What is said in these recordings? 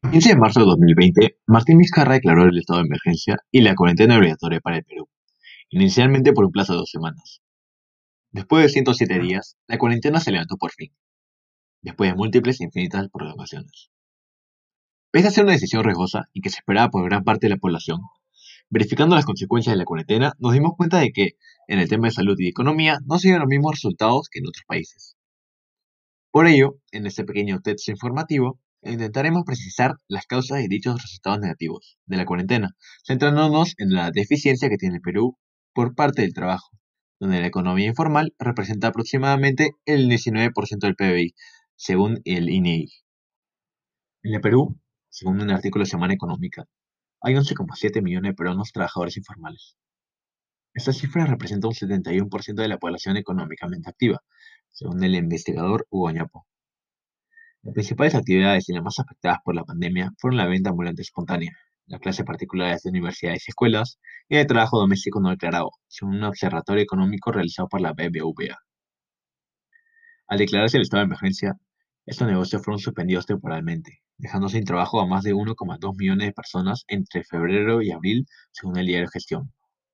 15 de marzo de 2020, Martín Vizcarra declaró el estado de emergencia y la cuarentena obligatoria para el Perú, inicialmente por un plazo de 2 semanas. Después de 107 días, la cuarentena se levantó por fin, después de múltiples e infinitas prolongaciones. Pese a ser una decisión riesgosa y que se esperaba por gran parte de la población, verificando las consecuencias de la cuarentena, nos dimos cuenta de que, en el tema de salud y economía, no se dieron los mismos resultados que en otros países. Por ello, en este pequeño texto informativo, intentaremos precisar las causas de dichos resultados negativos de la cuarentena, centrándonos en la deficiencia que tiene el Perú por parte del trabajo, donde la economía informal representa aproximadamente el 19% del PBI, según el INEGI. En el Perú, según un artículo de Semana Económica, hay 11,7 millones de peruanos trabajadores informales. Esta cifra representa un 71% de la población económicamente activa, según el investigador Hugo Ñapo. Las principales actividades y las más afectadas por la pandemia fueron la venta ambulante espontánea, las clases particulares de universidades y escuelas, y el trabajo doméstico no declarado, según un observatorio económico realizado por la BBVA. Al declararse el estado de emergencia, estos negocios fueron suspendidos temporalmente, dejando sin trabajo a más de 1,2 millones de personas entre febrero y abril, según el diario Gestión.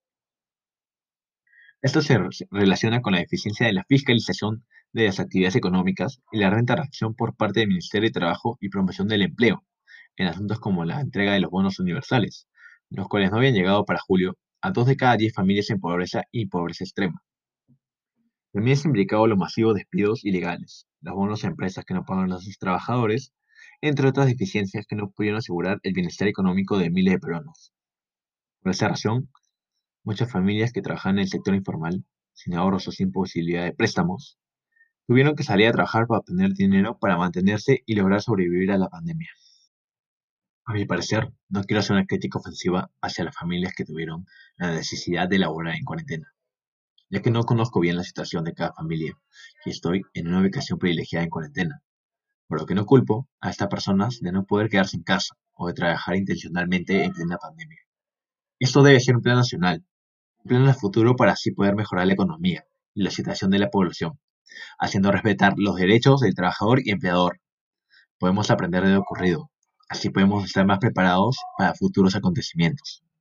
Esto se relaciona con la deficiencia de la fiscalización de las actividades económicas y la renta reacción por parte del Ministerio de Trabajo y Promoción del Empleo, en asuntos como la entrega de los bonos universales, los cuales no habían llegado para julio a 2 de cada 10 familias en pobreza y pobreza extrema. También se implicado los masivos despidos ilegales, los bonos a empresas que no pagan a sus trabajadores, entre otras deficiencias que no pudieron asegurar el bienestar económico de miles de peruanos. Por esa razón, muchas familias que trabajan en el sector informal, sin ahorros o sin posibilidad de préstamos, tuvieron que salir a trabajar para obtener dinero para mantenerse y lograr sobrevivir a la pandemia. A mi parecer, no quiero hacer una crítica ofensiva hacia las familias que tuvieron la necesidad de laborar en cuarentena, ya que no conozco bien la situación de cada familia y estoy en una ubicación privilegiada en cuarentena, por lo que no culpo a estas personas de no poder quedarse en casa o de trabajar intencionalmente en plena pandemia. Esto debe ser un plan nacional, un plan a futuro para así poder mejorar la economía y la situación de la población, haciendo respetar los derechos del trabajador y empleador. Podemos aprender de lo ocurrido, así podemos estar más preparados para futuros acontecimientos.